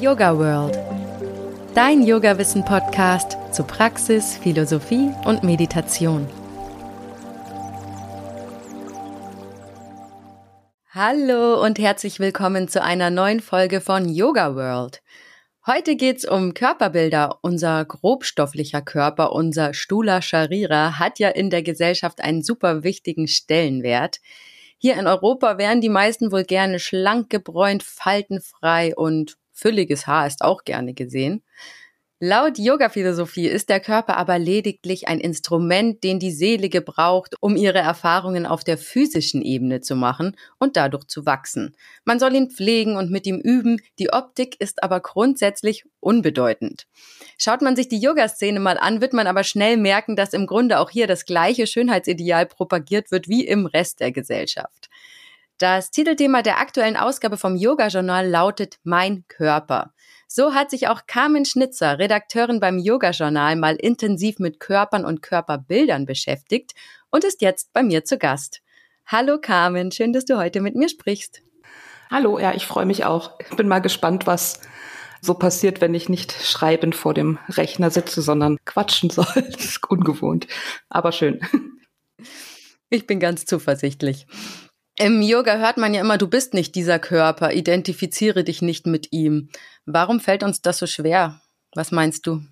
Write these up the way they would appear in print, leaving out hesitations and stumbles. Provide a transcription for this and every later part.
Yoga World. Dein Yoga-Wissen-Podcast zu Praxis, Philosophie und Meditation. Hallo und herzlich willkommen zu einer neuen Folge von Yoga World. Heute geht's um Körperbilder. Unser grobstofflicher Körper, unser Stula Sharira, hat ja in der Gesellschaft einen super wichtigen Stellenwert. Hier in Europa wären die meisten wohl gerne schlank gebräunt, faltenfrei und fülliges Haar ist auch gerne gesehen. Laut Yoga-Philosophie ist der Körper aber lediglich ein Instrument, den die Seele gebraucht, um ihre Erfahrungen auf der physischen Ebene zu machen und dadurch zu wachsen. Man soll ihn pflegen und mit ihm üben, die Optik ist aber grundsätzlich unbedeutend. Schaut man sich die Yoga-Szene mal an, wird man aber schnell merken, dass im Grunde auch hier das gleiche Schönheitsideal propagiert wird wie im Rest der Gesellschaft. Das Titelthema der aktuellen Ausgabe vom Yoga-Journal lautet Mein Körper. So hat sich auch Carmen Schnitzer, Redakteurin beim Yoga-Journal, mal intensiv mit Körpern und Körperbildern beschäftigt und ist jetzt bei mir zu Gast. Hallo Carmen, schön, dass du heute mit mir sprichst. Hallo, ja, ich freue mich auch. Ich bin mal gespannt, was so passiert, wenn ich nicht schreibend vor dem Rechner sitze, sondern quatschen soll. Das ist ungewohnt, aber schön. Ich bin ganz zuversichtlich. Im Yoga hört man ja immer, du bist nicht dieser Körper, identifiziere dich nicht mit ihm. Warum fällt uns das so schwer? Was meinst du?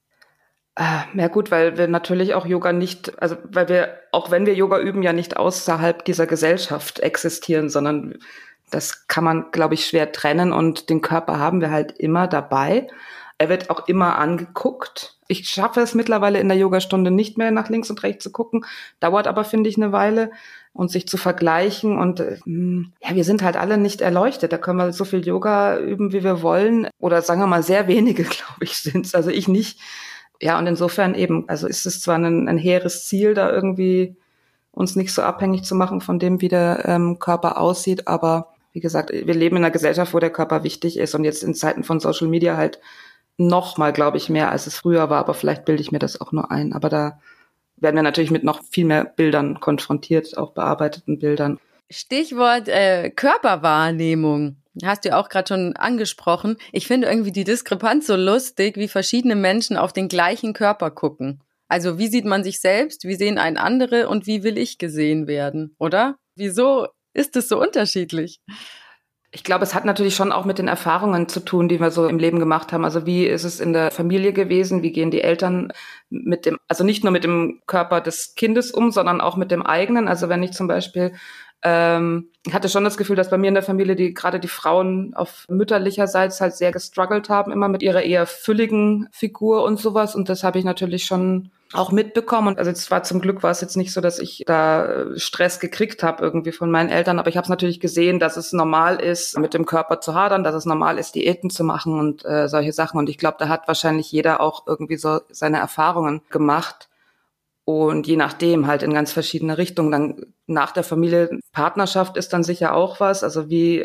Ja gut, weil wir natürlich auch Yoga nicht, also weil wir, auch wenn wir Yoga üben, ja nicht außerhalb dieser Gesellschaft existieren, sondern das kann man, glaube ich, schwer trennen und den Körper haben wir halt immer dabei. Er wird auch immer angeguckt. Ich schaffe es mittlerweile in der Yogastunde nicht mehr nach links und rechts zu gucken, dauert aber, finde ich, eine Weile und sich zu vergleichen und ja, wir sind halt alle nicht erleuchtet. Da können wir so viel Yoga üben, wie wir wollen oder sagen wir mal sehr wenige, glaube ich, sind es. Also ich nicht. Ja, und insofern eben, also ist es zwar ein hehres Ziel, da irgendwie uns nicht so abhängig zu machen von dem, wie der Körper aussieht, aber wie gesagt, wir leben in einer Gesellschaft, wo der Körper wichtig ist und jetzt in Zeiten von Social Media halt noch mal, glaube ich, mehr, als es früher war, aber vielleicht bilde ich mir das auch nur ein. Aber da werden wir natürlich mit noch viel mehr Bildern konfrontiert, auch bearbeiteten Bildern. Stichwort Körperwahrnehmung. Hast du ja auch gerade schon angesprochen. Ich finde irgendwie die Diskrepanz so lustig, wie verschiedene Menschen auf den gleichen Körper gucken. Also wie sieht man sich selbst, wie sehen einen andere und wie will ich gesehen werden, oder? Wieso ist es so unterschiedlich? Ich glaube, es hat natürlich schon auch mit den Erfahrungen zu tun, die wir so im Leben gemacht haben. Also wie ist es in der Familie gewesen? Wie gehen die Eltern mit dem, also nicht nur mit dem Körper des Kindes um, sondern auch mit dem eigenen. Also wenn ich zum Beispiel, ich hatte schon das Gefühl, dass bei mir in der Familie gerade die Frauen auf mütterlicherseits halt sehr gestruggelt haben, immer mit ihrer eher fülligen Figur und sowas. Und das habe ich natürlich schon auch mitbekommen. Und also zum Glück war es jetzt nicht so, dass ich da Stress gekriegt habe irgendwie von meinen Eltern, aber ich habe es natürlich gesehen, dass es normal ist, mit dem Körper zu hadern, dass es normal ist, Diäten zu machen und solche Sachen. Und ich glaube, da hat wahrscheinlich jeder auch irgendwie so seine Erfahrungen gemacht. Und je nachdem halt in ganz verschiedene Richtungen. Dann nach der Familie, Partnerschaft ist dann sicher auch was. Also wie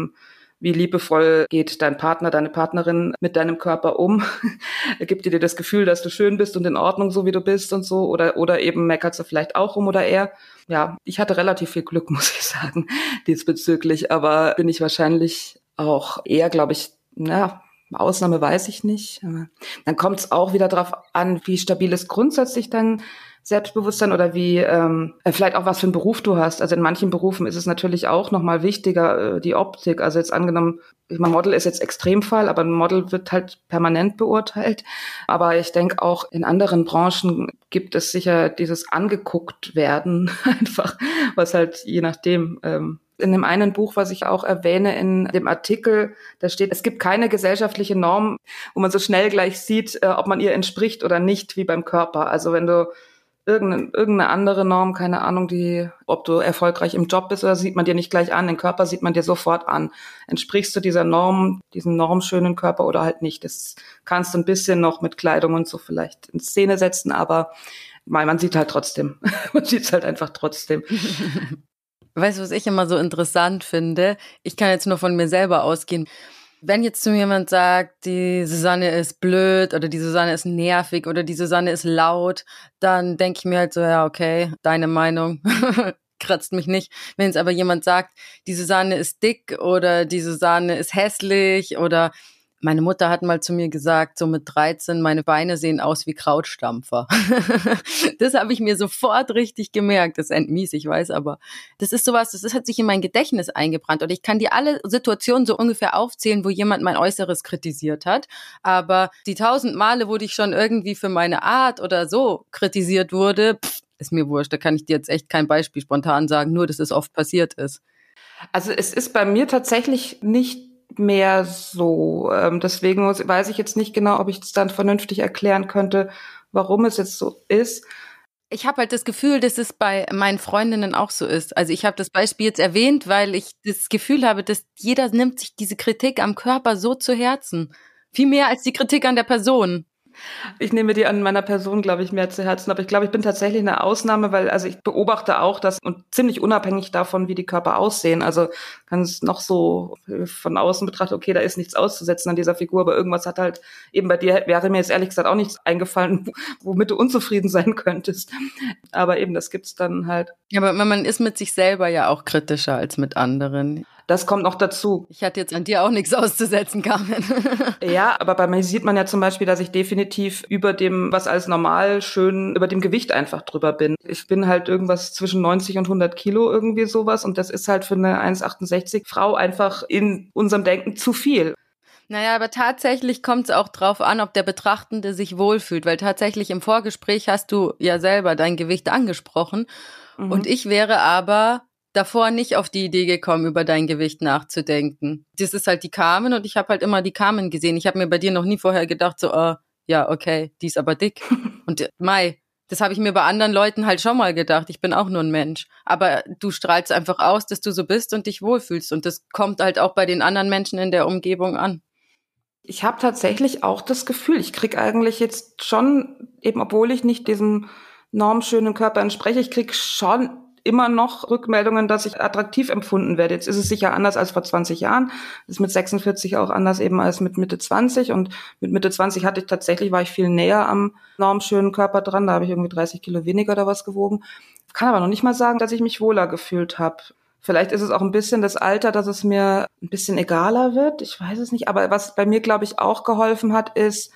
liebevoll geht dein Partner, deine Partnerin mit deinem Körper um? Gibt dir das Gefühl, dass du schön bist und in Ordnung, so wie du bist und so? Oder eben meckert sie vielleicht auch rum oder er? Ja, ich hatte relativ viel Glück, muss ich sagen, diesbezüglich. Aber bin ich wahrscheinlich auch eher, glaube ich, Ausnahme weiß ich nicht. Dann kommt es auch wieder darauf an, wie stabil ist grundsätzlich dein Selbstbewusstsein oder wie vielleicht auch was für einen Beruf du hast. Also in manchen Berufen ist es natürlich auch nochmal wichtiger, die Optik. Also jetzt angenommen, ich meine, Model ist jetzt Extremfall, aber ein Model wird halt permanent beurteilt. Aber ich denke auch in anderen Branchen gibt es sicher dieses angeguckt werden einfach, was halt je nachdem in dem einen Buch, was ich auch erwähne in dem Artikel, da steht, es gibt keine gesellschaftliche Norm, wo man so schnell gleich sieht, ob man ihr entspricht oder nicht, wie beim Körper. Also wenn du irgendeine andere Norm, keine Ahnung, ob du erfolgreich im Job bist oder sieht man dir nicht gleich an, den Körper sieht man dir sofort an. Entsprichst du dieser Norm, diesem normschönen Körper oder halt nicht? Das kannst du ein bisschen noch mit Kleidung und so vielleicht in Szene setzen, aber man sieht halt trotzdem. Man sieht es halt einfach trotzdem. Weißt du, was ich immer so interessant finde? Ich kann jetzt nur von mir selber ausgehen. Wenn jetzt zu mir jemand sagt, die Susanne ist blöd oder die Susanne ist nervig oder die Susanne ist laut, dann denke ich mir halt so, ja, okay, deine Meinung kratzt mich nicht. Wenn jetzt aber jemand sagt, die Susanne ist dick oder die Susanne ist hässlich oder Meine Mutter hat mal zu mir gesagt, so mit 13, meine Beine sehen aus wie Krautstampfer. Das habe ich mir sofort richtig gemerkt. Das ist mies, ich weiß, aber das ist sowas, hat sich in mein Gedächtnis eingebrannt. Und ich kann dir alle Situationen so ungefähr aufzählen, wo jemand mein Äußeres kritisiert hat. Aber die 1000 Male, wo ich schon irgendwie für meine Art oder so kritisiert wurde, ist mir wurscht. Da kann ich dir jetzt echt kein Beispiel spontan sagen, nur dass es oft passiert ist. Also es ist bei mir tatsächlich nicht mehr so. Deswegen weiß ich jetzt nicht genau, ob ich es dann vernünftig erklären könnte, warum es jetzt so ist. Ich habe halt das Gefühl, dass es bei meinen Freundinnen auch so ist. Also ich habe das Beispiel jetzt erwähnt, weil ich das Gefühl habe, dass jeder nimmt sich diese Kritik am Körper so zu Herzen. Viel mehr als die Kritik an der Person. Ich nehme die an meiner Person, glaube ich, mehr zu Herzen. Aber ich glaube, ich bin tatsächlich eine Ausnahme, weil also ich beobachte auch das und ziemlich unabhängig davon, wie die Körper aussehen. Also kann es noch so von außen betrachten, okay, da ist nichts auszusetzen an dieser Figur, aber irgendwas hat halt, eben bei dir wäre mir jetzt ehrlich gesagt auch nichts eingefallen, womit du unzufrieden sein könntest. Aber eben, das gibt's dann halt. Ja, aber man ist mit sich selber ja auch kritischer als mit anderen. Das kommt noch dazu. Ich hatte jetzt an dir auch nichts auszusetzen, Carmen. Ja, aber bei mir sieht man ja zum Beispiel, dass ich definitiv über dem, was als normal schön, über dem Gewicht einfach drüber bin. Ich bin halt irgendwas zwischen 90 und 100 Kilo irgendwie sowas und das ist halt für eine 1,68 Frau einfach in unserem Denken zu viel. Naja, aber tatsächlich kommt es auch drauf an, ob der Betrachtende sich wohlfühlt, weil tatsächlich im Vorgespräch hast du ja selber dein Gewicht angesprochen und ich wäre aber davor nicht auf die Idee gekommen, über dein Gewicht nachzudenken. Das ist halt die Carmen und ich habe halt immer die Carmen gesehen. Ich habe mir bei dir noch nie vorher gedacht, so, ja, okay, die ist aber dick. Und das habe ich mir bei anderen Leuten halt schon mal gedacht. Ich bin auch nur ein Mensch. Aber du strahlst einfach aus, dass du so bist und dich wohlfühlst. Und das kommt halt auch bei den anderen Menschen in der Umgebung an. Ich habe tatsächlich auch das Gefühl, ich krieg eigentlich jetzt schon, eben obwohl ich nicht diesem normschönen Körper entspreche, ich krieg schon immer noch Rückmeldungen, dass ich attraktiv empfunden werde. Jetzt ist es sicher anders als vor 20 Jahren. Das ist mit 46 auch anders eben als mit Mitte 20. Und mit Mitte 20 war ich viel näher am normschönen Körper dran. Da habe ich irgendwie 30 Kilo weniger oder was gewogen. Kann aber noch nicht mal sagen, dass ich mich wohler gefühlt habe. Vielleicht ist es auch ein bisschen das Alter, dass es mir ein bisschen egaler wird. Ich weiß es nicht. Aber was bei mir, glaube ich, auch geholfen hat, ist,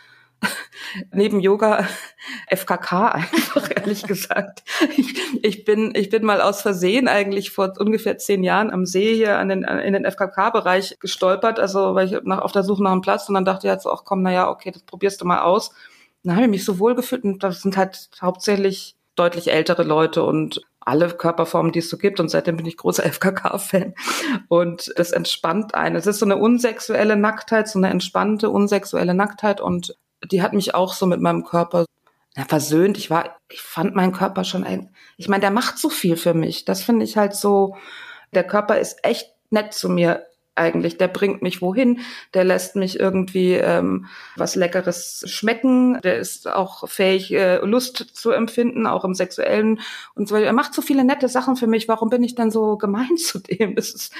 neben Yoga FKK einfach, ehrlich gesagt. Ich bin mal aus Versehen eigentlich vor ungefähr 10 Jahren am See hier in den FKK-Bereich gestolpert, also weil ich auf der Suche nach einem Platz und dann dachte ich halt so, ach komm, naja, okay, das probierst du mal aus. Und dann habe ich mich so wohl gefühlt und das sind halt hauptsächlich deutlich ältere Leute und alle Körperformen, die es so gibt und seitdem bin ich großer FKK-Fan und das entspannt einen. Es ist so eine unsexuelle Nacktheit, so eine entspannte, unsexuelle Nacktheit und die hat mich auch so mit meinem Körper versöhnt. Ich fand meinen Körper schon ich meine, der macht so viel für mich. Das finde ich halt so, der Körper ist echt nett zu mir eigentlich. Der bringt mich wohin, der lässt mich irgendwie was Leckeres schmecken, der ist auch fähig, Lust zu empfinden, auch im Sexuellen und so weiter. Er macht so viele nette Sachen für mich. Warum bin ich denn so gemein zu dem? Das ist,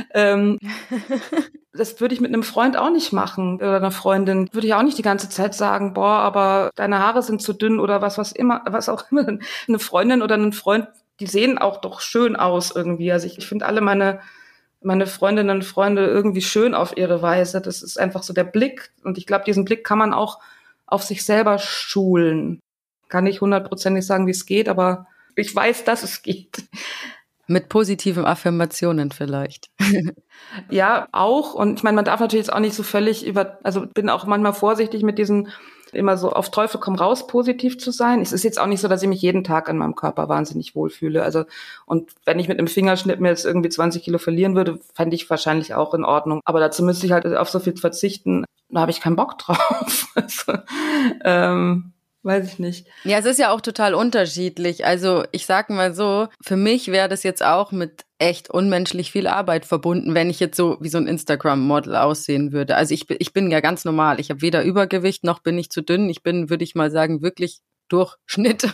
das würde ich mit einem Freund auch nicht machen oder einer Freundin. Würde ich auch nicht die ganze Zeit sagen, boah, aber deine Haare sind zu dünn oder was auch immer. Eine Freundin oder einen Freund, die sehen auch doch schön aus irgendwie. Also ich finde alle meine Freundinnen und Freunde irgendwie schön auf ihre Weise. Das ist einfach so der Blick. Und ich glaube, diesen Blick kann man auch auf sich selber schulen. Kann nicht 100% sagen, wie es geht, aber ich weiß, dass es geht. Mit positiven Affirmationen vielleicht. Ja, auch. Und ich meine, man darf natürlich jetzt auch nicht so völlig also bin auch manchmal vorsichtig mit diesen immer so auf Teufel komm raus positiv zu sein. Es ist jetzt auch nicht so, dass ich mich jeden Tag an meinem Körper wahnsinnig wohlfühle. Also, und wenn ich mit einem Fingerschnipp mir jetzt irgendwie 20 Kilo verlieren würde, fände ich wahrscheinlich auch in Ordnung. Aber dazu müsste ich halt auf so viel verzichten. Da habe ich keinen Bock drauf. Also, weiß ich nicht. Ja, es ist ja auch total unterschiedlich. Also ich sag mal so, für mich wäre das jetzt auch mit echt unmenschlich viel Arbeit verbunden, wenn ich jetzt so wie so ein Instagram-Model aussehen würde. Also ich bin ja ganz normal. Ich habe weder Übergewicht noch bin ich zu dünn. Ich bin, würde ich mal sagen, wirklich Durchschnitt.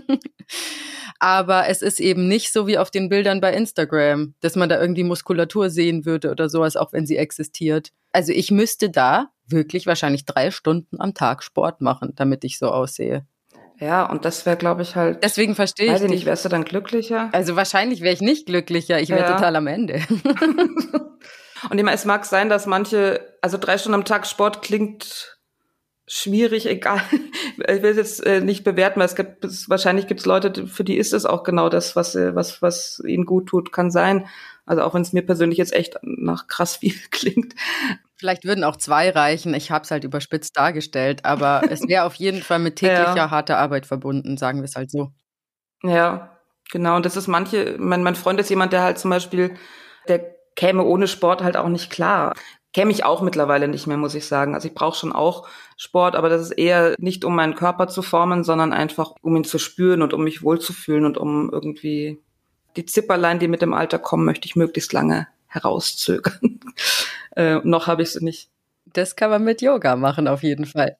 Aber es ist eben nicht so wie auf den Bildern bei Instagram, dass man da irgendwie Muskulatur sehen würde oder sowas, auch wenn sie existiert. Also ich müsste da wirklich wahrscheinlich 3 Stunden am Tag Sport machen, damit ich so aussehe. Ja, und das wäre, glaube ich, halt... Deswegen verstehe ich dich. Weiß ich nicht, wärst du dann glücklicher? Also wahrscheinlich wäre ich nicht glücklicher, ich wäre total am Ende. Und ich meine, es mag sein, dass manche Also 3 Stunden am Tag Sport klingt schwierig, egal. Ich will es jetzt nicht bewerten, weil wahrscheinlich gibt es Leute, für die ist es auch genau das, was ihnen gut tut, kann sein. Also auch wenn es mir persönlich jetzt echt nach krass viel klingt. Vielleicht würden auch 2 reichen. Ich habe es halt überspitzt dargestellt, aber es wäre auf jeden Fall mit täglicher harter Arbeit verbunden, sagen wir es halt so. Ja, genau. Und das ist mein Freund ist jemand, der halt zum Beispiel, der käme ohne Sport halt auch nicht klar. Käme ich auch mittlerweile nicht mehr, muss ich sagen. Also ich brauche schon auch Sport, aber das ist eher nicht, um meinen Körper zu formen, sondern einfach, um ihn zu spüren und um mich wohlzufühlen und um irgendwie die Zipperlein, die mit dem Alter kommen, möchte ich möglichst lange herauszögern. Noch habe ich sie nicht. Das kann man mit Yoga machen, auf jeden Fall.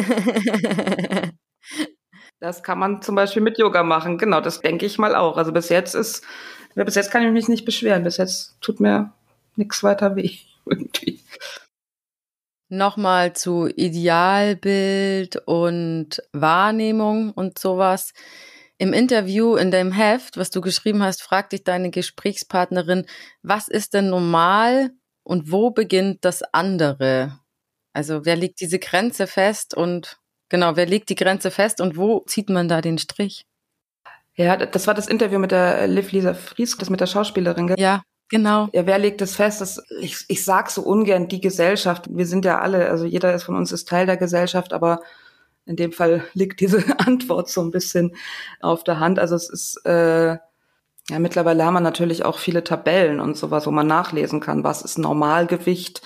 Das kann man zum Beispiel mit Yoga machen. Genau, das denke ich mal auch. Also bis jetzt kann ich mich nicht beschweren. Bis jetzt tut mir nichts weiter weh. Irgendwie. Nochmal zu Idealbild und Wahrnehmung und sowas. Im Interview in deinem Heft, was du geschrieben hast, fragt dich deine Gesprächspartnerin, was ist denn normal und wo beginnt das andere? Also wer legt diese Grenze fest und wer legt die Grenze fest und wo zieht man da den Strich? Ja, das war das Interview mit der Liv-Lisa Fries, das mit der Schauspielerin. Gell? Ja, genau. Ja, wer legt es fest? Ich sag so ungern die Gesellschaft. Wir sind ja alle, also jeder von uns ist Teil der Gesellschaft, aber in dem Fall liegt diese Antwort so ein bisschen auf der Hand. Also es ist, mittlerweile haben wir natürlich auch viele Tabellen und sowas, wo man nachlesen kann, was ist Normalgewicht,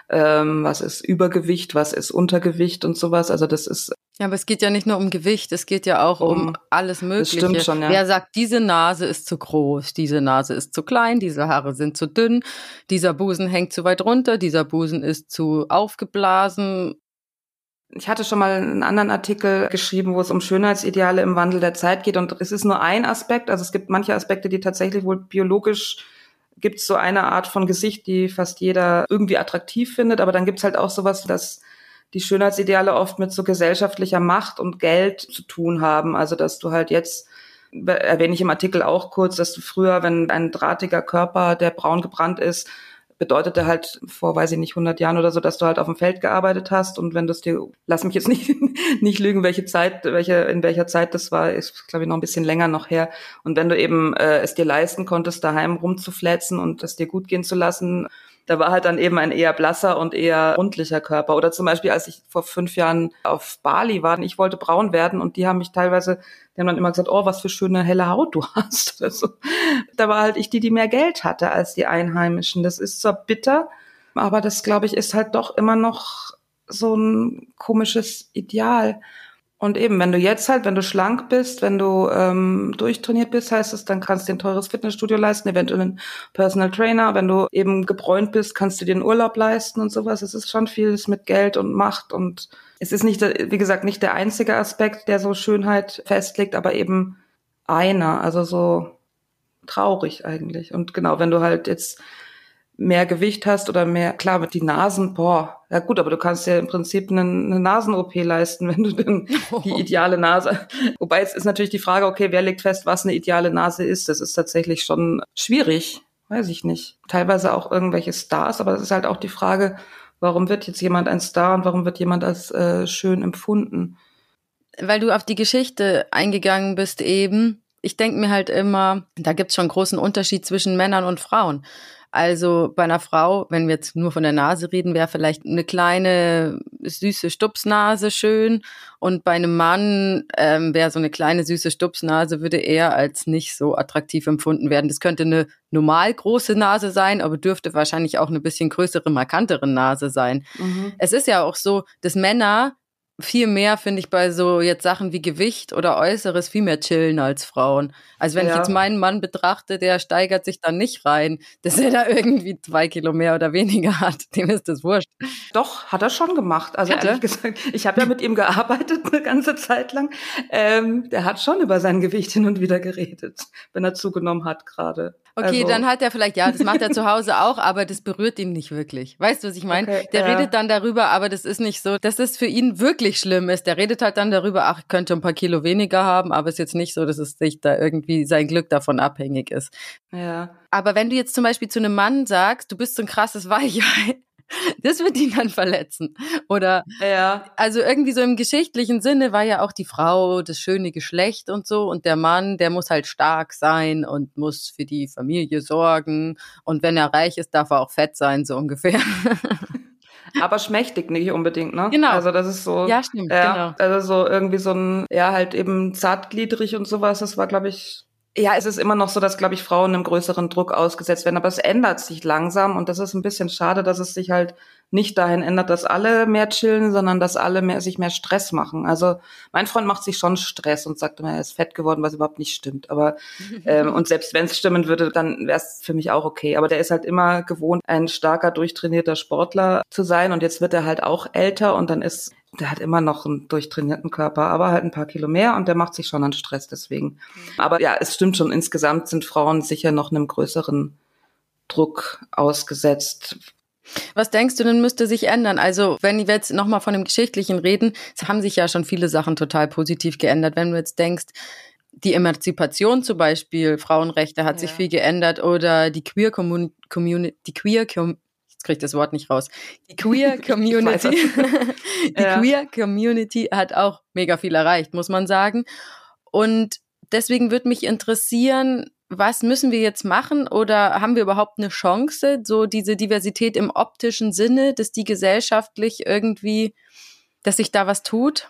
was ist Übergewicht, was ist Untergewicht und sowas. Also das ist. Ja, aber es geht ja nicht nur um Gewicht, es geht ja auch um alles Mögliche. Das stimmt schon, ja. Wer sagt, diese Nase ist zu groß, diese Nase ist zu klein, diese Haare sind zu dünn, dieser Busen hängt zu weit runter, dieser Busen ist zu aufgeblasen. Ich hatte schon mal einen anderen Artikel geschrieben, wo es um Schönheitsideale im Wandel der Zeit geht. Und es ist nur ein Aspekt. Also es gibt manche Aspekte, die tatsächlich wohl biologisch, gibt es so eine Art von Gesicht, die fast jeder irgendwie attraktiv findet. Aber dann gibt es halt auch sowas, dass die Schönheitsideale oft mit so gesellschaftlicher Macht und Geld zu tun haben. Also dass du halt jetzt, erwähne ich im Artikel auch kurz, dass du früher, wenn ein drahtiger Körper, der braun gebrannt ist, bedeutete halt vor, weiß ich nicht, 100 Jahren oder so, dass du halt auf dem Feld gearbeitet hast. Und wenn das dir, lass mich jetzt nicht lügen, in welcher Zeit das war, ist, glaube ich, noch ein bisschen länger noch her. Und wenn du eben es dir leisten konntest, daheim rumzuflätzen und es dir gut gehen zu lassen, da war halt dann eben ein eher blasser und eher rundlicher Körper. Oder zum Beispiel, als ich vor 5 Jahren auf Bali war, ich wollte braun werden und die haben dann immer gesagt, oh, was für schöne helle Haut du hast. Also, da war halt ich die mehr Geld hatte als die Einheimischen. Das ist zwar bitter, aber das, glaube ich, ist halt doch immer noch so ein komisches Ideal. Und eben, wenn du schlank bist, wenn du durchtrainiert bist, heißt es, dann kannst du dir ein teures Fitnessstudio leisten, eventuell einen Personal Trainer. Wenn du eben gebräunt bist, kannst du dir einen Urlaub leisten und sowas. Es ist schon vieles mit Geld und Macht. Und es ist nicht, wie gesagt, nicht der einzige Aspekt, der so Schönheit festlegt, aber eben einer. Also so traurig eigentlich. Und genau, wenn du halt jetzt mehr Gewicht hast oder mehr, klar, mit die Nasen, ja gut, aber du kannst ja im Prinzip eine Nasen-OP leisten, wenn du denn die ideale Nase, wobei jetzt ist natürlich die Frage, okay, wer legt fest, was eine ideale Nase ist? Das ist tatsächlich schon schwierig, weiß ich nicht. Teilweise auch irgendwelche Stars, aber das ist halt auch die Frage, warum wird jetzt jemand ein Star und warum wird jemand als schön empfunden? Weil du auf die Geschichte eingegangen bist eben, ich denke mir halt immer, da gibt's schon einen großen Unterschied zwischen Männern und Frauen. Also bei einer Frau, wenn wir jetzt nur von der Nase reden, wäre vielleicht eine kleine, süße Stupsnase schön. Und bei einem Mann wäre so eine kleine, süße Stupsnase, würde eher als nicht so attraktiv empfunden werden. Das könnte eine normal große Nase sein, aber dürfte wahrscheinlich auch eine bisschen größere, markantere Nase sein. Mhm. Es ist ja auch so, dass Männer viel mehr, finde ich, bei so jetzt Sachen wie Gewicht oder Äußeres viel mehr chillen als Frauen. Also wenn ich jetzt meinen Mann betrachte, der steigert sich dann nicht rein, dass er da irgendwie 2 Kilo mehr oder weniger hat. Dem ist das wurscht. Doch, hat er schon gemacht. Also ehrlich gesagt, ich habe ja mit ihm gearbeitet eine ganze Zeit lang. Der hat schon über sein Gewicht hin und wieder geredet, wenn er zugenommen hat gerade. Okay, also. Dann hat er vielleicht, das macht er zu Hause auch, aber das berührt ihn nicht wirklich. Weißt du, was ich meine? Okay, der redet dann darüber, aber das ist nicht so, dass das für ihn wirklich schlimm ist. Der redet halt dann darüber, ich könnte ein paar Kilo weniger haben, aber es ist jetzt nicht so, dass es sich da irgendwie sein Glück davon abhängig ist. Ja. Aber wenn du jetzt zum Beispiel zu einem Mann sagst, du bist so ein krasses Weichei, Das wird ihn dann verletzen. Oder, Ja. also irgendwie so im geschichtlichen Sinne war ja auch die Frau das schöne Geschlecht und so und der Mann, der muss halt stark sein und muss für die Familie sorgen und wenn er reich ist, darf er auch fett sein, so ungefähr. Aber schmächtig nicht unbedingt, ne? Genau. Also das ist so, Ja, stimmt, ja, genau. also so irgendwie so ein, ja, halt eben zartgliedrig und sowas. Das war, glaube ich, ja, es ist immer noch so, dass, glaube ich, Frauen einem größeren Druck ausgesetzt werden. Aber es ändert sich langsam und das ist ein bisschen schade, dass es sich halt nicht dahin ändert, dass alle mehr chillen, sondern dass alle sich mehr Stress machen. Also mein Freund macht sich schon Stress und sagt immer, er ist fett geworden, was überhaupt nicht stimmt. Aber und selbst wenn es stimmen würde, dann wäre es für mich auch okay. Aber der ist halt immer gewohnt, ein starker, durchtrainierter Sportler zu sein. Und jetzt wird er halt auch älter und dann der hat immer noch einen durchtrainierten Körper, aber halt ein paar Kilo mehr und der macht sich schon an Stress deswegen. Aber ja, es stimmt schon, insgesamt sind Frauen sicher noch einem größeren Druck ausgesetzt. Was denkst du denn müsste sich ändern? Also wenn wir jetzt nochmal von dem Geschichtlichen reden, es haben sich ja schon viele Sachen total positiv geändert. Wenn du jetzt denkst, die Emanzipation zum Beispiel, Frauenrechte hat sich viel geändert oder die Queer Community, jetzt kriege ich das Wort nicht raus, die Queer Community, die Queer Community hat auch mega viel erreicht, muss man sagen. Und deswegen würde mich interessieren, was müssen wir jetzt machen oder haben wir überhaupt eine Chance, so diese Diversität im optischen Sinne, dass die gesellschaftlich irgendwie, dass sich da was tut?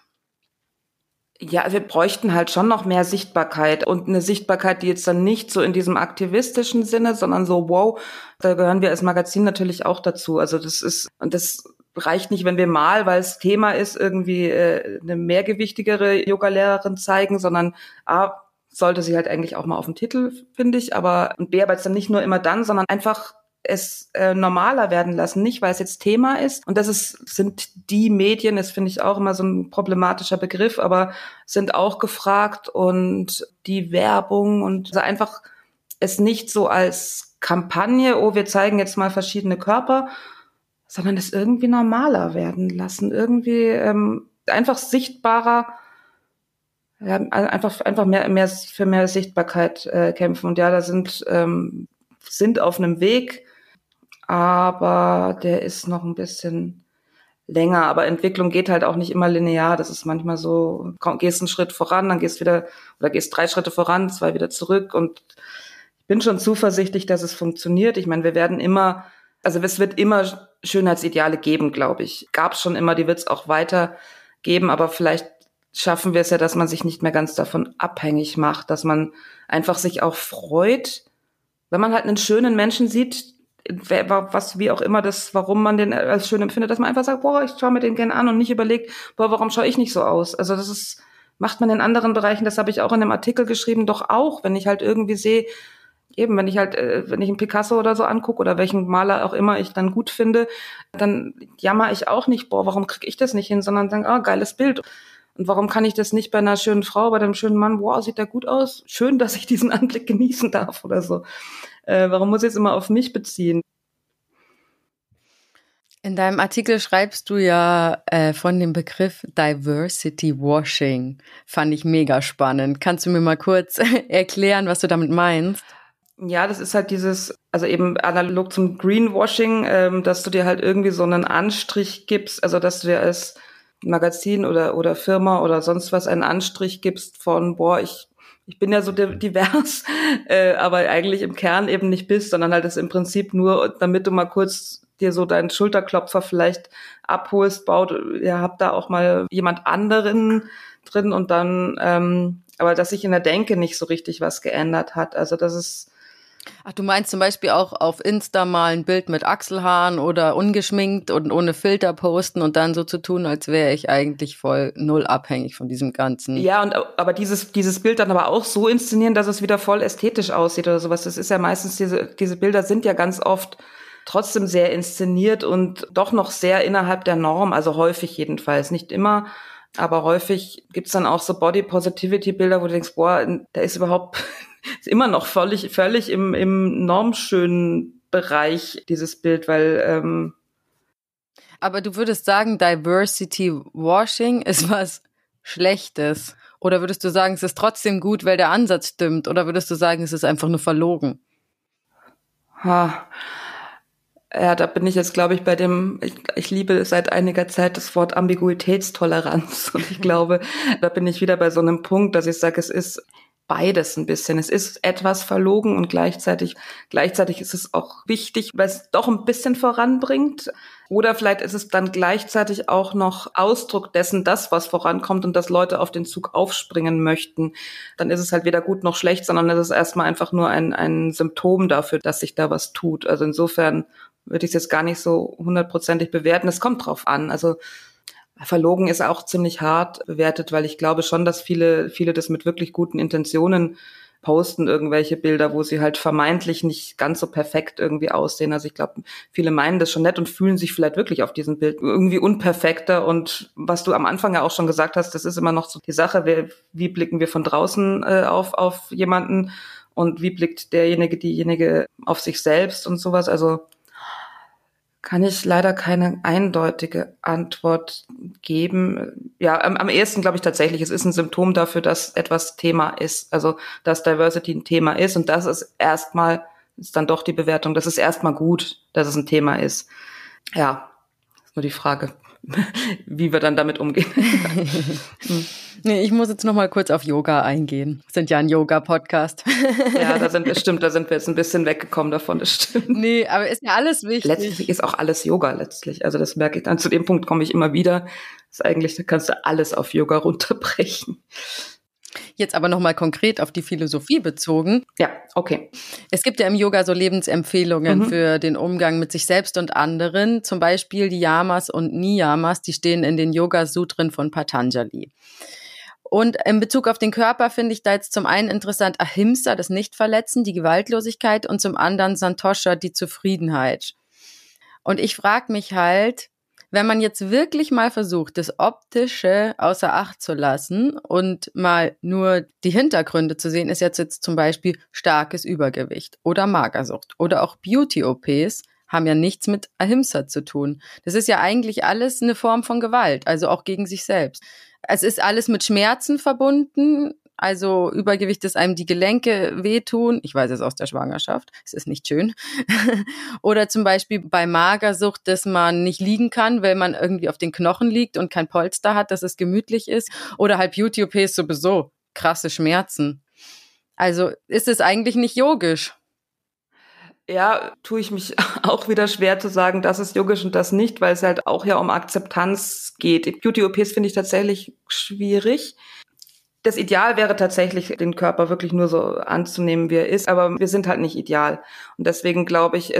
Ja, wir bräuchten halt schon noch mehr Sichtbarkeit und eine Sichtbarkeit, die jetzt dann nicht so in diesem aktivistischen Sinne, sondern so, wow, da gehören wir als Magazin natürlich auch dazu. Also das reicht nicht, wenn wir mal, weil es Thema ist, irgendwie eine mehrgewichtigere Yoga-Lehrerin zeigen, sondern sollte sie halt eigentlich auch mal auf dem Titel, finde ich, und B, aber jetzt dann nicht nur immer dann, sondern einfach es normaler werden lassen, nicht weil es jetzt Thema ist. Und sind die Medien, das finde ich auch immer so ein problematischer Begriff, aber sind auch gefragt und die Werbung und also einfach es nicht so als Kampagne, oh, wir zeigen jetzt mal verschiedene Körper, sondern es irgendwie normaler werden lassen, irgendwie einfach sichtbarer, ja, einfach mehr für mehr Sichtbarkeit kämpfen. Und ja, da sind auf einem Weg, aber der ist noch ein bisschen länger. Aber Entwicklung geht halt auch nicht immer linear. Das ist manchmal so, gehst einen Schritt voran, dann gehst 3 Schritte voran, 2 wieder zurück. Und ich bin schon zuversichtlich, dass es funktioniert. Ich meine, es wird immer Schönheitsideale geben, glaube ich. Gab es schon immer, die wird es auch weiter geben, aber vielleicht schaffen wir es ja, dass man sich nicht mehr ganz davon abhängig macht, dass man einfach sich auch freut, wenn man halt einen schönen Menschen sieht, was wie auch immer warum man den als schön empfindet, dass man einfach sagt, boah, ich schaue mir den gerne an und nicht überlegt, boah, warum schaue ich nicht so aus? Also macht man in anderen Bereichen, das habe ich auch in einem Artikel geschrieben, doch auch, wenn ich halt irgendwie sehe, eben, wenn ich einen Picasso oder so angucke oder welchen Maler auch immer ich dann gut finde, dann jammer ich auch nicht, boah, warum kriege ich das nicht hin, sondern sage, geiles Bild. Und warum kann ich das nicht bei einer schönen Frau, bei einem schönen Mann, wow, sieht der gut aus, schön, dass ich diesen Anblick genießen darf oder so. Warum muss ich es immer auf mich beziehen? In deinem Artikel schreibst du ja von dem Begriff Diversity Washing. Fand ich mega spannend. Kannst du mir mal kurz erklären, was du damit meinst? Ja, das ist halt also eben analog zum Greenwashing, dass du dir halt irgendwie so einen Anstrich gibst, also dass du dir als Magazin oder Firma oder sonst was einen Anstrich gibst von, boah, ich bin ja so divers, aber eigentlich im Kern eben nicht bist, sondern halt das im Prinzip nur, damit du mal kurz dir so deinen Schulterklopfer vielleicht abholst, habt da auch mal jemand anderen drin und dann, aber dass sich in der Denke nicht so richtig was geändert hat. Also das ist Ach, du meinst zum Beispiel auch auf Insta mal ein Bild mit Achselhaaren oder ungeschminkt und ohne Filter posten und dann so zu tun, als wäre ich eigentlich voll null abhängig von diesem Ganzen. Ja, aber dieses Bild dann aber auch so inszenieren, dass es wieder voll ästhetisch aussieht oder sowas. Das ist ja meistens, diese Bilder sind ja ganz oft trotzdem sehr inszeniert und doch noch sehr innerhalb der Norm, also häufig jedenfalls, nicht immer. Aber häufig gibt's dann auch so Body-Positivity-Bilder, wo du denkst, boah, da ist ist immer noch völlig im normschönen Bereich, dieses Bild, weil Aber du würdest sagen, Diversity Washing ist was Schlechtes? Oder würdest du sagen, es ist trotzdem gut, weil der Ansatz stimmt? Oder würdest du sagen, es ist einfach nur verlogen? Ja, da bin ich jetzt, glaube ich, bei ich liebe seit einiger Zeit das Wort Ambiguitätstoleranz. Und ich glaube, da bin ich wieder bei so einem Punkt, dass ich sage, es ist beides ein bisschen. Es ist etwas verlogen und gleichzeitig ist es auch wichtig, weil es doch ein bisschen voranbringt. Oder vielleicht ist es dann gleichzeitig auch noch Ausdruck dessen, das, was vorankommt und dass Leute auf den Zug aufspringen möchten. Dann ist es halt weder gut noch schlecht, sondern es ist erstmal einfach nur ein Symptom dafür, dass sich da was tut. Also insofern würde ich es jetzt gar nicht so 100%ig bewerten. Es kommt drauf an. Also verlogen ist auch ziemlich hart bewertet, weil ich glaube schon, dass viele das mit wirklich guten Intentionen posten, irgendwelche Bilder, wo sie halt vermeintlich nicht ganz so perfekt irgendwie aussehen. Also ich glaube, viele meinen das schon nett und fühlen sich vielleicht wirklich auf diesem Bild irgendwie unperfekter. Und was du am Anfang ja auch schon gesagt hast, das ist immer noch so die Sache, wie blicken wir von draußen auf jemanden und wie blickt diejenige auf sich selbst und sowas. Also kann ich leider keine eindeutige Antwort geben. Ja, am ehesten glaube ich tatsächlich, es ist ein Symptom dafür, dass etwas Thema ist. Also, dass Diversity ein Thema ist und das ist dann doch die Bewertung, das ist erstmal gut, dass es ein Thema ist. Ja, ist nur die Frage, wie wir dann damit umgehen. Nee, ich muss jetzt noch mal kurz auf Yoga eingehen. Wir sind ja ein Yoga-Podcast. Ja, da sind wir jetzt ein bisschen weggekommen davon, das stimmt. Nee, aber ist ja alles wichtig. Letztlich ist auch alles Yoga letztlich. Also das merke ich dann. Zu dem Punkt komme ich immer wieder. Das ist eigentlich, da kannst du alles auf Yoga runterbrechen. Jetzt aber noch mal konkret auf die Philosophie bezogen. Ja, okay. Es gibt ja im Yoga so Lebensempfehlungen für den Umgang mit sich selbst und anderen. Zum Beispiel die Yamas und Niyamas, die stehen in den Yoga-Sutren von Patanjali. Und in Bezug auf den Körper finde ich da jetzt zum einen interessant Ahimsa, das Nichtverletzen, die Gewaltlosigkeit und zum anderen Santosha, die Zufriedenheit. Und ich frage mich halt, wenn man jetzt wirklich mal versucht, das Optische außer Acht zu lassen und mal nur die Hintergründe zu sehen, ist jetzt zum Beispiel starkes Übergewicht oder Magersucht oder auch Beauty-OPs haben ja nichts mit Ahimsa zu tun. Das ist ja eigentlich alles eine Form von Gewalt, also auch gegen sich selbst. Es ist alles mit Schmerzen verbunden. Also Übergewicht, dass einem die Gelenke wehtun. Ich weiß es aus der Schwangerschaft. Es ist nicht schön. Oder zum Beispiel bei Magersucht, dass man nicht liegen kann, weil man irgendwie auf den Knochen liegt und kein Polster hat, dass es gemütlich ist. Oder halt Beauty-OPs sowieso. Krasse Schmerzen. Also ist es eigentlich nicht yogisch. Ja, tue ich mich auch wieder schwer zu sagen, das ist yogisch und das nicht, weil es halt auch ja um Akzeptanz geht. Beauty-OPs finde ich tatsächlich schwierig. Das Ideal wäre tatsächlich, den Körper wirklich nur so anzunehmen, wie er ist, aber wir sind halt nicht ideal. Und deswegen glaube ich,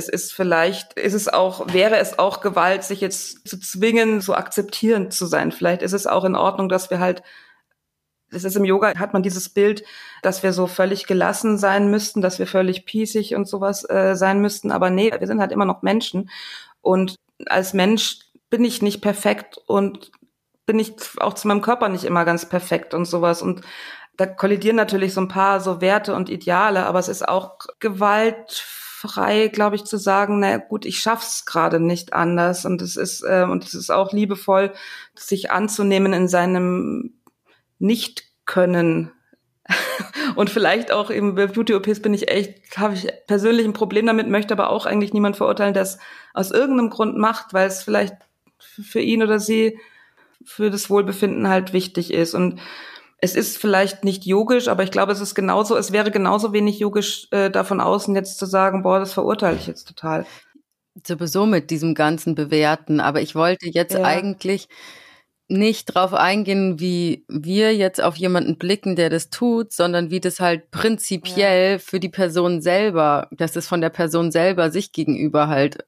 wäre es auch Gewalt, sich jetzt zu zwingen, so akzeptierend zu sein. Vielleicht ist es auch in Ordnung, dass wir halt, das ist im Yoga, hat man dieses Bild, dass wir so völlig gelassen sein müssten, dass wir völlig pießig und sowas sein müssten. Aber nee, wir sind halt immer noch Menschen. Und als Mensch bin ich nicht perfekt und bin ich auch zu meinem Körper nicht immer ganz perfekt und sowas. Und da kollidieren natürlich so ein paar so Werte und Ideale, aber es ist auch gewaltfrei, glaube ich, zu sagen, na gut, ich schaff's gerade nicht anders. Und es ist auch liebevoll, sich anzunehmen in seinem Nicht-Können. Und vielleicht auch eben bei Beauty-OPs habe ich persönlich ein Problem damit, möchte aber auch eigentlich niemand verurteilen, der es aus irgendeinem Grund macht, weil es vielleicht für ihn oder sie für das Wohlbefinden halt wichtig ist. Und es ist vielleicht nicht yogisch, aber ich glaube, es wäre genauso wenig yogisch, da von außen jetzt zu sagen, boah, das verurteile ich jetzt total. Sowieso mit diesem ganzen Bewerten. Aber ich wollte jetzt eigentlich nicht drauf eingehen, wie wir jetzt auf jemanden blicken, der das tut, sondern wie das halt prinzipiell für die Person selber, dass es von der Person selber sich gegenüber halt,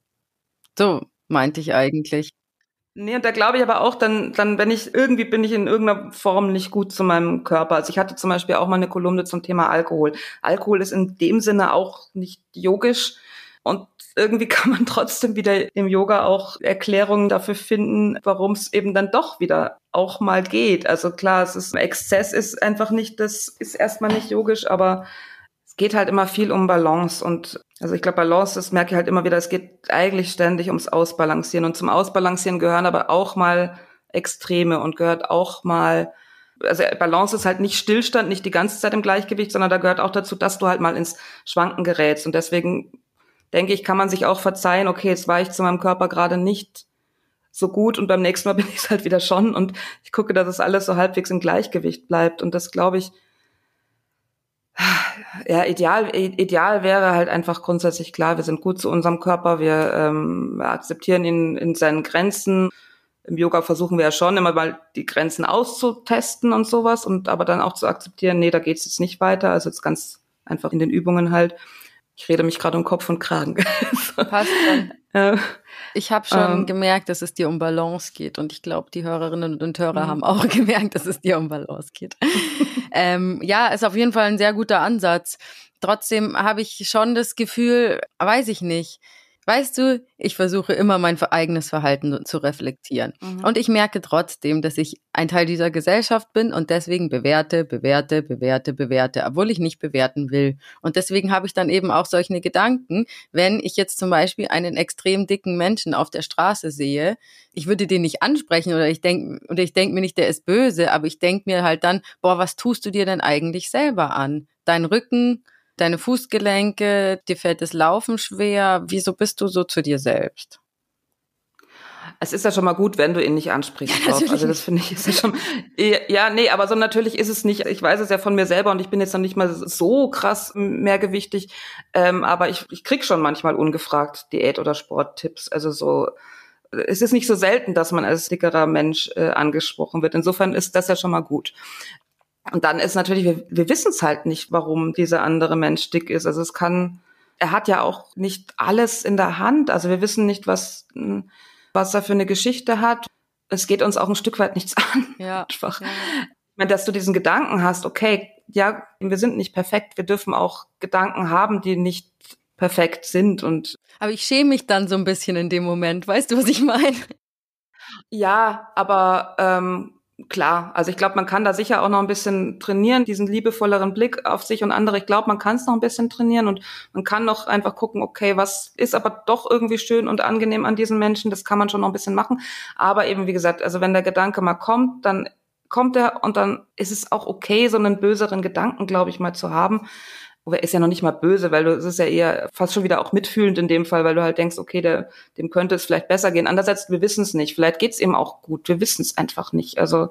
so meinte ich eigentlich. Nee, und da glaube ich aber auch, dann bin ich in irgendeiner Form nicht gut zu meinem Körper. Also ich hatte zum Beispiel auch mal eine Kolumne zum Thema Alkohol. Alkohol ist in dem Sinne auch nicht yogisch. Und irgendwie kann man trotzdem wieder im Yoga auch Erklärungen dafür finden, warum es eben dann doch wieder auch mal geht. Also klar, Exzess ist einfach nicht, das ist erstmal nicht yogisch, aber es geht halt immer viel um Balance. Und also ich glaube, Balance, das merke ich halt immer wieder, es geht eigentlich ständig ums Ausbalancieren. Und zum Ausbalancieren gehören aber auch mal Extreme und gehört auch mal, also Balance ist halt nicht Stillstand, nicht die ganze Zeit im Gleichgewicht, sondern da gehört auch dazu, dass du halt mal ins Schwanken gerätst. Und deswegen denke ich, kann man sich auch verzeihen, okay, jetzt war ich zu meinem Körper gerade nicht so gut und beim nächsten Mal bin ich es halt wieder schon und ich gucke, dass es alles so halbwegs im Gleichgewicht bleibt und das, glaube ich, ja, ideal wäre halt einfach grundsätzlich klar, wir sind gut zu unserem Körper, wir akzeptieren ihn in seinen Grenzen. Im Yoga versuchen wir ja schon immer mal die Grenzen auszutesten und sowas und aber dann auch zu akzeptieren, nee, da geht's jetzt nicht weiter, also jetzt ganz einfach in den Übungen halt. Ich rede mich gerade um Kopf und Kragen. Passt dann. Ich habe schon gemerkt, dass es dir um Balance geht und ich glaube, die Hörerinnen und Hörer haben auch gemerkt, dass es dir um Balance geht. Ja, ist auf jeden Fall ein sehr guter Ansatz. Trotzdem habe ich schon das Gefühl, weiß ich nicht. Weißt du, ich versuche immer mein eigenes Verhalten zu reflektieren. Und ich merke trotzdem, dass ich ein Teil dieser Gesellschaft bin und deswegen bewerte, obwohl ich nicht bewerten will. Und deswegen habe ich dann eben auch solche Gedanken, wenn ich jetzt zum Beispiel einen extrem dicken Menschen auf der Straße sehe, ich würde den nicht ansprechen oder ich denk mir nicht, der ist böse, aber ich denke mir halt dann, boah, was tust du dir denn eigentlich selber an? Dein Rücken, deine Fußgelenke, dir fällt das Laufen schwer. Wieso bist du so zu dir selbst? Es ist ja schon mal gut, wenn du ihn nicht ansprichst. Ja, also das finde ich ist ja schon, ja, nee, aber so natürlich ist es nicht, ich weiß es ja von mir selber und ich bin jetzt noch nicht mal so krass mehrgewichtig, aber ich krieg schon manchmal ungefragt Diät- oder Sporttipps. Also so, es ist nicht so selten, dass man als dickerer Mensch angesprochen wird. Insofern ist das ja schon mal gut. Und dann ist natürlich, wir wissen es halt nicht, warum dieser andere Mensch dick ist. Also er hat ja auch nicht alles in der Hand. Also wir wissen nicht, was er für eine Geschichte hat. Es geht uns auch ein Stück weit nichts an. Ja. Einfach. Ja. Ich meine, dass du diesen Gedanken hast, okay, ja, wir sind nicht perfekt. Wir dürfen auch Gedanken haben, die nicht perfekt sind. Aber ich schäme mich dann so ein bisschen in dem Moment. Weißt du, was ich meine? Ja, aber klar, also ich glaube, man kann da sicher auch noch ein bisschen trainieren, diesen liebevolleren Blick auf sich und andere. Ich glaube, man kann es noch ein bisschen trainieren und man kann noch einfach gucken, okay, was ist aber doch irgendwie schön und angenehm an diesen Menschen. Das kann man schon noch ein bisschen machen. Aber eben, wie gesagt, also wenn der Gedanke mal kommt, dann kommt er und dann ist es auch okay, so einen böseren Gedanken, glaube ich, mal zu haben. Aber er ist ja noch nicht mal böse, weil es ist ja eher fast schon wieder auch mitfühlend in dem Fall, weil du halt denkst, okay, dem könnte es vielleicht besser gehen. Andererseits, wir wissen es nicht. Vielleicht geht's ihm auch gut. Wir wissen es einfach nicht. Also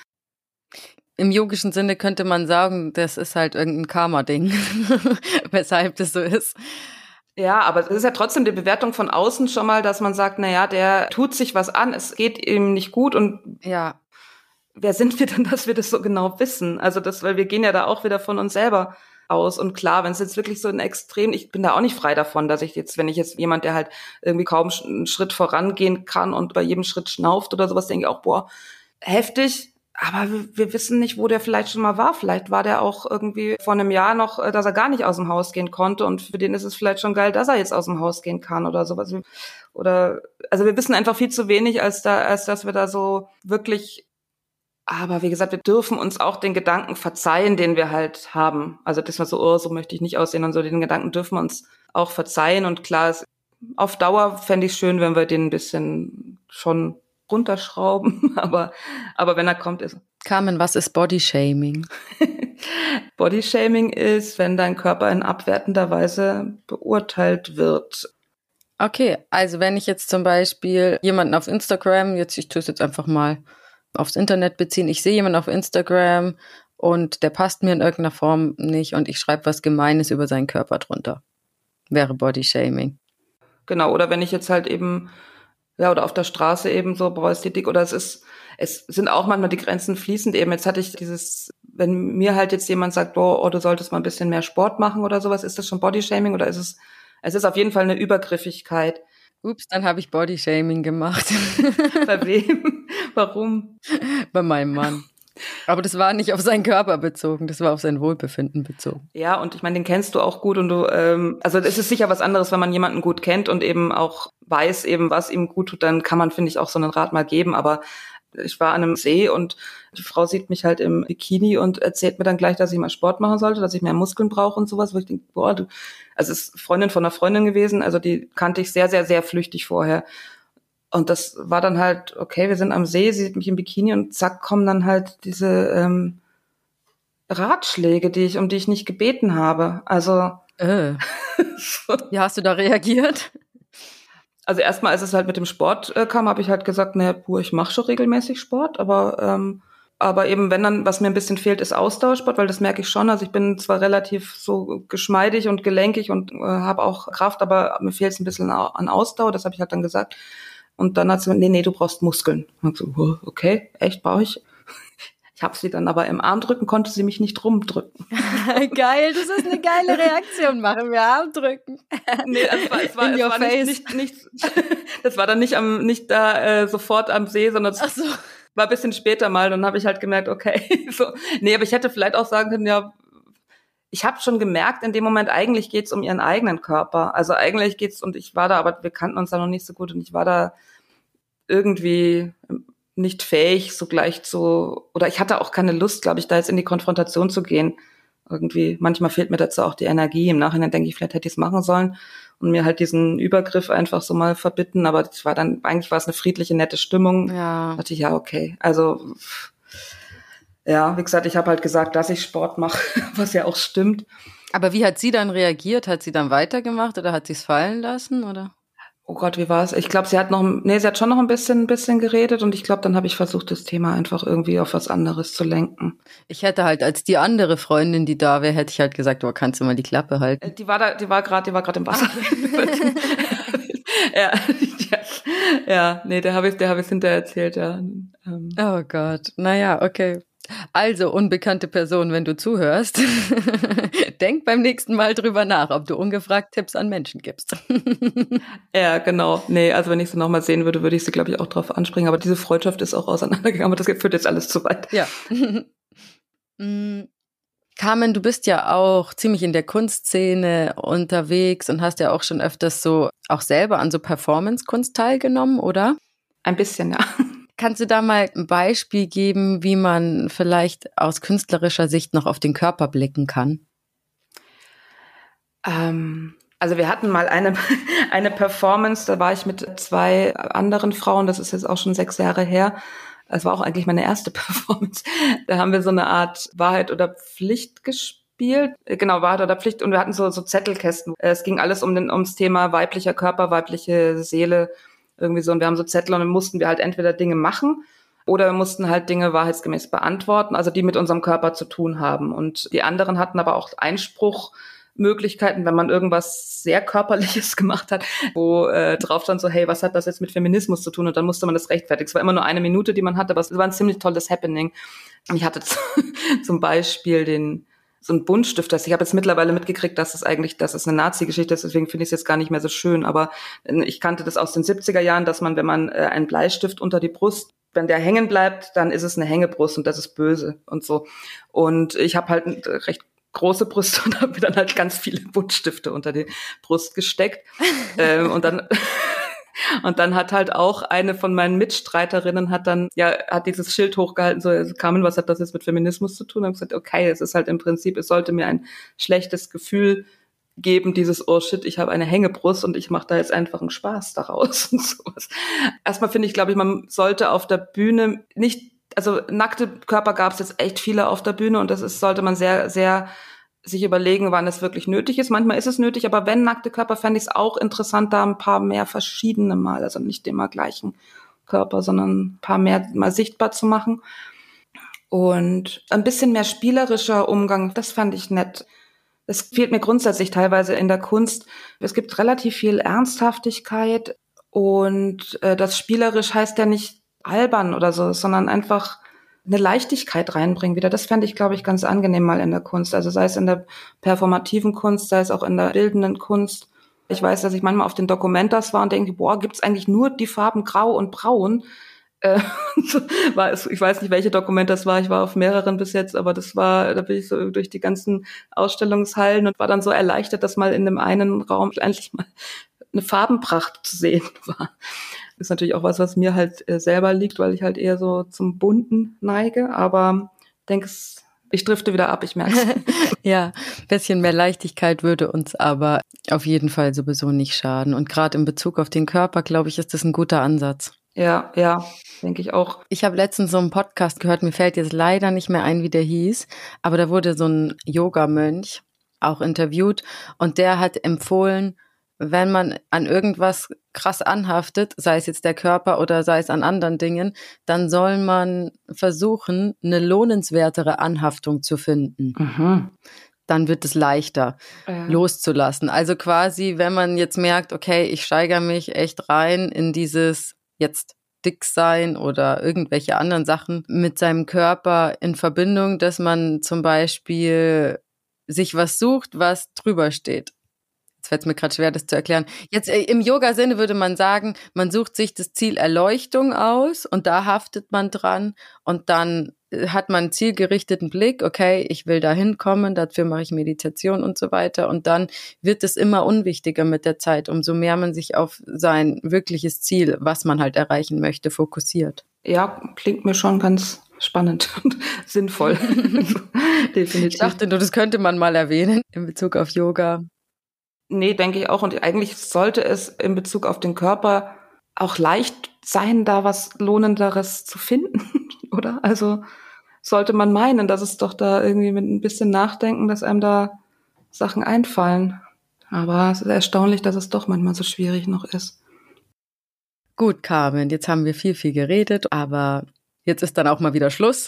im yogischen Sinne könnte man sagen, das ist halt irgendein Karma-Ding, weshalb das so ist. Ja, aber es ist ja trotzdem die Bewertung von außen schon mal, dass man sagt, na ja, der tut sich was an, es geht ihm nicht gut und ja. Wer sind wir denn, dass wir das so genau wissen? Also weil wir gehen ja da auch wieder von uns selber aus. Und klar, wenn es jetzt wirklich so ein Extrem, ich bin da auch nicht frei davon, dass wenn ich jetzt jemand, der halt irgendwie kaum einen Schritt vorangehen kann und bei jedem Schritt schnauft oder sowas, denke ich auch, boah, heftig. Aber wir wissen nicht, wo der vielleicht schon mal war. Vielleicht war der auch irgendwie vor einem Jahr noch, dass er gar nicht aus dem Haus gehen konnte. Und für den ist es vielleicht schon geil, dass er jetzt aus dem Haus gehen kann oder sowas. Also wir wissen einfach viel zu wenig, als dass wir da so wirklich. Aber wie gesagt, wir dürfen uns auch den Gedanken verzeihen, den wir halt haben. Also das war so, oh, so möchte ich nicht aussehen und so. Den Gedanken dürfen wir uns auch verzeihen. Und klar, auf Dauer fände ich es schön, wenn wir den ein bisschen schon runterschrauben. Aber wenn er kommt, ist er. Carmen, was ist Bodyshaming? Bodyshaming ist, wenn dein Körper in abwertender Weise beurteilt wird. Okay, also wenn ich jetzt zum Beispiel jemanden auf Instagram, ich tue es jetzt einfach mal aufs Internet beziehen, ich sehe jemanden auf Instagram und der passt mir in irgendeiner Form nicht und ich schreibe was Gemeines über seinen Körper drunter. Wäre Bodyshaming. Genau, oder wenn ich jetzt halt eben, ja, oder auf der Straße eben so, boah, ist die dick, oder es sind auch manchmal die Grenzen fließend eben. Jetzt hatte ich wenn mir halt jetzt jemand sagt, boah, oh, du solltest mal ein bisschen mehr Sport machen oder sowas, ist das schon Bodyshaming oder es ist auf jeden Fall eine Übergriffigkeit. Ups, dann habe ich Bodyshaming gemacht. Bei wem? Warum? Bei meinem Mann. Aber das war nicht auf seinen Körper bezogen, das war auf sein Wohlbefinden bezogen. Ja, und ich meine, den kennst du auch gut und also es ist sicher was anderes, wenn man jemanden gut kennt und eben auch weiß eben, was ihm gut tut, dann kann man, finde ich, auch so einen Rat mal geben, aber ich war an einem See und die Frau sieht mich halt im Bikini und erzählt mir dann gleich, dass ich mal Sport machen sollte, dass ich mehr Muskeln brauche und sowas, wo ich denke, boah, also es ist Freundin von einer Freundin gewesen, also die kannte ich sehr, sehr, sehr flüchtig vorher. Und das war dann halt, okay, wir sind am See, sie sieht mich im Bikini und zack, kommen dann halt diese Ratschläge, um die ich nicht gebeten habe. Also Wie hast du da reagiert? Also erstmal, als es halt mit dem Sport kam, habe ich halt gesagt, ich mache schon regelmäßig Sport, aber eben, wenn dann, was mir ein bisschen fehlt, ist Ausdauersport, weil das merke ich schon. Also ich bin zwar relativ so geschmeidig und gelenkig und habe auch Kraft, aber mir fehlt es ein bisschen an Ausdauer, das habe ich halt dann gesagt. Und dann hat sie gesagt, nee, du brauchst Muskeln. Und so, okay, echt, brauche ich? Ich habe sie dann aber im Armdrücken, konnte sie mich nicht rumdrücken. Geil, das ist eine geile Reaktion. Machen wir Armdrücken. Nee, es war nicht das war dann nicht da sofort am See, sondern Ach so. war ein bisschen später mal. Dann habe ich halt gemerkt, okay, so. Nee, aber ich hätte vielleicht auch sagen können, ja, ich habe schon gemerkt, in dem Moment, eigentlich geht's um ihren eigenen Körper. Also eigentlich geht's, und ich war da, aber wir kannten uns da noch nicht so gut und ich war da irgendwie nicht fähig, so gleich oder ich hatte auch keine Lust, glaube ich, da jetzt in die Konfrontation zu gehen. Irgendwie, manchmal fehlt mir dazu auch die Energie. Im Nachhinein denke ich, vielleicht hätte ich es machen sollen und mir halt diesen Übergriff einfach so mal verbitten. Aber eigentlich war es eine friedliche, nette Stimmung. Ja. Da dachte ich, ja, okay. Also, ja, wie gesagt, ich habe halt gesagt, dass ich Sport mache, was ja auch stimmt. Aber wie hat sie dann reagiert? Hat sie dann weitergemacht oder hat sie es fallen lassen, oder? Oh Gott, wie war es? Ich glaube, sie hat schon noch ein bisschen geredet und ich glaube, dann habe ich versucht, das Thema einfach irgendwie auf was anderes zu lenken. Ich hätte halt als die andere Freundin, die da wäre, hätte ich halt gesagt, oh, kannst du mal die Klappe halten? Die war gerade im Wasser. Nee, der habe ich hinterher erzählt, ja. Oh Gott, naja, okay. Also, unbekannte Person, wenn du zuhörst, denk beim nächsten Mal drüber nach, ob du ungefragt Tipps an Menschen gibst. Ja, genau. Nee, also wenn ich sie nochmal sehen würde, würde ich sie, glaube ich, auch drauf anspringen. Aber diese Freundschaft ist auch auseinandergegangen, aber das führt jetzt alles zu weit. Ja. Carmen, du bist ja auch ziemlich in der Kunstszene unterwegs und hast ja auch schon öfters so auch selber an so Performance-Kunst teilgenommen, oder? Ein bisschen, ja. Kannst du da mal ein Beispiel geben, wie man vielleicht aus künstlerischer Sicht noch auf den Körper blicken kann? Also wir hatten mal eine Performance, da war ich mit 2 anderen Frauen, das ist jetzt auch schon 6 Jahre her. Das war auch eigentlich meine erste Performance. Da haben wir so eine Art Wahrheit oder Pflicht gespielt. Genau, Wahrheit oder Pflicht. Und wir hatten so Zettelkästen. Es ging alles ums Thema weiblicher Körper, weibliche Seele, irgendwie so. Und wir haben so Zettel und dann mussten wir halt entweder Dinge machen oder wir mussten halt Dinge wahrheitsgemäß beantworten, also die mit unserem Körper zu tun haben. Und die anderen hatten aber auch Einspruchmöglichkeiten, wenn man irgendwas sehr Körperliches gemacht hat, wo drauf stand so, hey, was hat das jetzt mit Feminismus zu tun? Und dann musste man das rechtfertigen. Es war immer nur 1 Minute, die man hatte, aber es war ein ziemlich tolles Happening. Und ich hatte zum Beispiel so ein Buntstift, ich habe jetzt mittlerweile mitgekriegt, dass es eine Nazi-Geschichte ist, deswegen finde ich es jetzt gar nicht mehr so schön, aber ich kannte das aus den 70er Jahren, dass man, wenn man einen Bleistift unter die Brust, wenn der hängen bleibt, dann ist es eine Hängebrust und das ist böse und so. Und ich habe halt recht große Brüste und habe mir dann halt ganz viele Buntstifte unter die Brust gesteckt. Und dann hat halt auch eine von meinen Mitstreiterinnen hat dieses Schild hochgehalten, so, Carmen, was hat das jetzt mit Feminismus zu tun? Und ich gesagt, okay, es ist halt im Prinzip, es sollte mir ein schlechtes Gefühl geben, dieses, oh shit, ich habe eine Hängebrust und ich mache da jetzt einfach einen Spaß daraus und sowas. Erstmal finde ich, glaube ich, man sollte auf der Bühne nicht, also nackte Körper gab es jetzt echt viele auf der Bühne und sollte man sehr, sehr sich überlegen, wann es wirklich nötig ist. Manchmal ist es nötig, aber wenn nackte Körper, fände ich es auch interessant, da ein paar mehr verschiedene mal, also nicht immer gleichen Körper, sondern ein paar mehr mal sichtbar zu machen. Und ein bisschen mehr spielerischer Umgang, das fand ich nett. Es fehlt mir grundsätzlich teilweise in der Kunst. Es gibt relativ viel Ernsthaftigkeit und das spielerisch heißt ja nicht albern oder so, sondern einfach eine Leichtigkeit reinbringen wieder. Das fände ich, glaube ich, ganz angenehm mal in der Kunst. Also sei es in der performativen Kunst, sei es auch in der bildenden Kunst. Ich weiß, dass ich manchmal auf den Dokumentas war und denke, gibt's eigentlich nur die Farben Grau und Braun? Ich weiß nicht, welche Dokumentas war. Ich war auf mehreren bis jetzt, aber da bin ich so durch die ganzen Ausstellungshallen und war dann so erleichtert, dass mal in dem einen Raum endlich mal eine Farbenpracht zu sehen war. Ist natürlich auch was mir halt selber liegt, weil ich halt eher so zum Bunten neige, aber ich drifte wieder ab, ich merke es. Ja, ein bisschen mehr Leichtigkeit würde uns aber auf jeden Fall sowieso nicht schaden. Und gerade in Bezug auf den Körper, glaube ich, ist das ein guter Ansatz. Ja, denke ich auch. Ich habe letztens so einen Podcast gehört, mir fällt jetzt leider nicht mehr ein, wie der hieß, aber da wurde so ein Yogamönch auch interviewt und der hat empfohlen, wenn man an irgendwas krass anhaftet, sei es jetzt der Körper oder sei es an anderen Dingen, dann soll man versuchen, eine lohnenswertere Anhaftung zu finden. Dann wird es leichter loszulassen. Also quasi, wenn man jetzt merkt, okay, ich steigere mich echt rein in dieses jetzt dick sein oder irgendwelche anderen Sachen mit seinem Körper in Verbindung, dass man zum Beispiel sich was sucht, was drüber steht. Jetzt fällt es mir gerade schwer, das zu erklären. Jetzt im Yoga-Sinne würde man sagen, man sucht sich das Ziel Erleuchtung aus und da haftet man dran und dann hat man einen zielgerichteten Blick, okay, ich will da hinkommen, dafür mache ich Meditation und so weiter und dann wird es immer unwichtiger mit der Zeit, umso mehr man sich auf sein wirkliches Ziel, was man halt erreichen möchte, fokussiert. Ja, klingt mir schon ganz spannend und sinnvoll. Definitiv. Ich dachte nur, das könnte man mal erwähnen in Bezug auf Yoga. Nee, denke ich auch. Und eigentlich sollte es in Bezug auf den Körper auch leicht sein, da was Lohnenderes zu finden, oder? Also sollte man meinen, dass es doch da irgendwie mit ein bisschen Nachdenken, dass einem da Sachen einfallen. Aber es ist erstaunlich, dass es doch manchmal so schwierig noch ist. Gut, Carmen, jetzt haben wir viel geredet, aber jetzt ist dann auch mal wieder Schluss.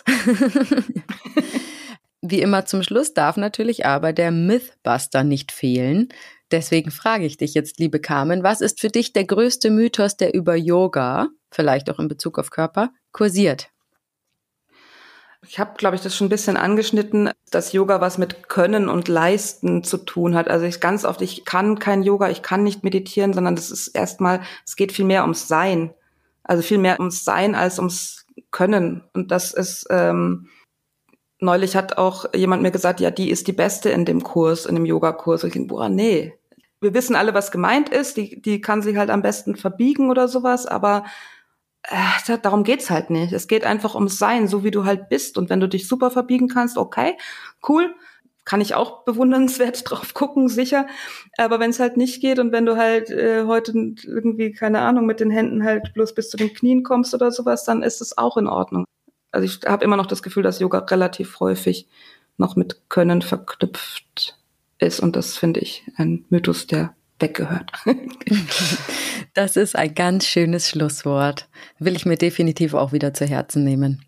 Wie immer zum Schluss darf natürlich aber der Mythbuster nicht fehlen. Deswegen frage ich dich jetzt, liebe Carmen, was ist für dich der größte Mythos, der über Yoga, vielleicht auch in Bezug auf Körper, kursiert? Ich habe, glaube ich, das schon ein bisschen angeschnitten, dass Yoga was mit Können und Leisten zu tun hat. Also ich kann kein Yoga, ich kann nicht meditieren, sondern es geht viel mehr ums Sein. Also viel mehr ums Sein als ums Können. Und das ist, neulich hat auch jemand mir gesagt, ja, die ist die Beste in dem Kurs, in dem Yogakurs. Und ich denke, boah, nee. Wir wissen alle, was gemeint ist. Die kann sich halt am besten verbiegen oder sowas, aber darum geht's halt nicht. Es geht einfach ums Sein, so wie du halt bist. Und wenn du dich super verbiegen kannst, okay, cool, kann ich auch bewundernswert drauf gucken, sicher. Aber wenn es halt nicht geht und wenn du halt heute irgendwie, keine Ahnung, mit den Händen halt bloß bis zu den Knien kommst oder sowas, dann ist es auch in Ordnung. Also ich habe immer noch das Gefühl, dass Yoga relativ häufig noch mit Können verknüpft ist. Und das finde ich ein Mythos, der weggehört. Das ist ein ganz schönes Schlusswort. Will ich mir definitiv auch wieder zu Herzen nehmen.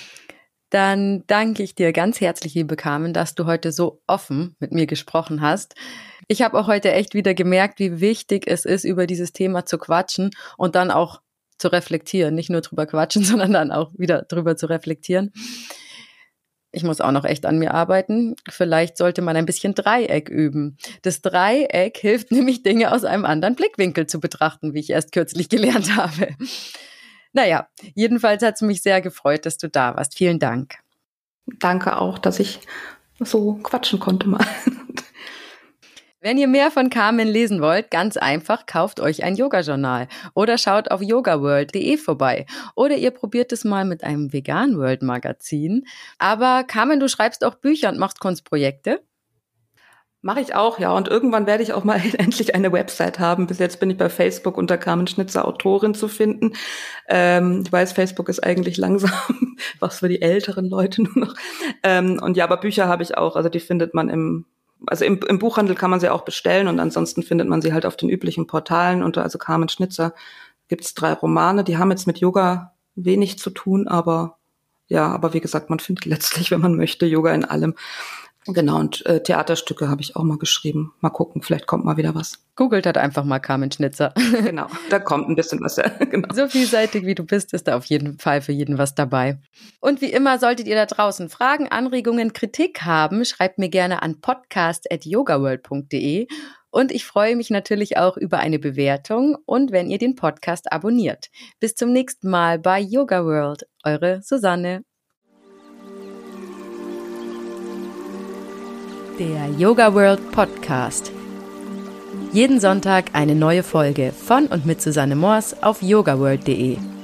Dann danke ich dir ganz herzlich, liebe Carmen, dass du heute so offen mit mir gesprochen hast. Ich habe auch heute echt wieder gemerkt, wie wichtig es ist, über dieses Thema zu quatschen und dann auch zu reflektieren. Nicht nur drüber quatschen, sondern dann auch wieder drüber zu reflektieren. Ich muss auch noch echt an mir arbeiten. Vielleicht sollte man ein bisschen Dreieck üben. Das Dreieck hilft nämlich, Dinge aus einem anderen Blickwinkel zu betrachten, wie ich erst kürzlich gelernt habe. Naja, jedenfalls hat es mich sehr gefreut, dass du da warst. Vielen Dank. Danke auch, dass ich so quatschen konnte mal. Wenn ihr mehr von Carmen lesen wollt, ganz einfach, kauft euch ein Yoga-Journal oder schaut auf yogaworld.de vorbei. Oder ihr probiert es mal mit einem Vegan World Magazin. Aber Carmen, du schreibst auch Bücher und machst Kunstprojekte? Mache ich auch, ja. Und irgendwann werde ich auch mal endlich eine Website haben. Bis jetzt bin ich bei Facebook unter Carmen Schnitzer Autorin zu finden. Ich weiß, Facebook ist eigentlich langsam, was für die älteren Leute nur noch. Und ja, aber Bücher habe ich auch. Also die findet man im Buchhandel kann man sie auch bestellen und ansonsten findet man sie halt auf den üblichen Portalen unter, also Carmen Schnitzer gibt's 3 Romane, die haben jetzt mit Yoga wenig zu tun, aber wie gesagt, man findet letztlich, wenn man möchte, Yoga in allem. Genau, und Theaterstücke habe ich auch mal geschrieben. Mal gucken, vielleicht kommt mal wieder was. Googelt halt einfach mal Carmen Schnitzer. Genau, da kommt ein bisschen was. Ja, genau. So vielseitig wie du bist, ist da auf jeden Fall für jeden was dabei. Und wie immer solltet ihr da draußen Fragen, Anregungen, Kritik haben, schreibt mir gerne an podcast@yogaworld.de. Und ich freue mich natürlich auch über eine Bewertung und wenn ihr den Podcast abonniert. Bis zum nächsten Mal bei Yoga World. Eure Susanne. Der Yoga World Podcast. Jeden Sonntag eine neue Folge von und mit Susanne Moors auf yogaworld.de.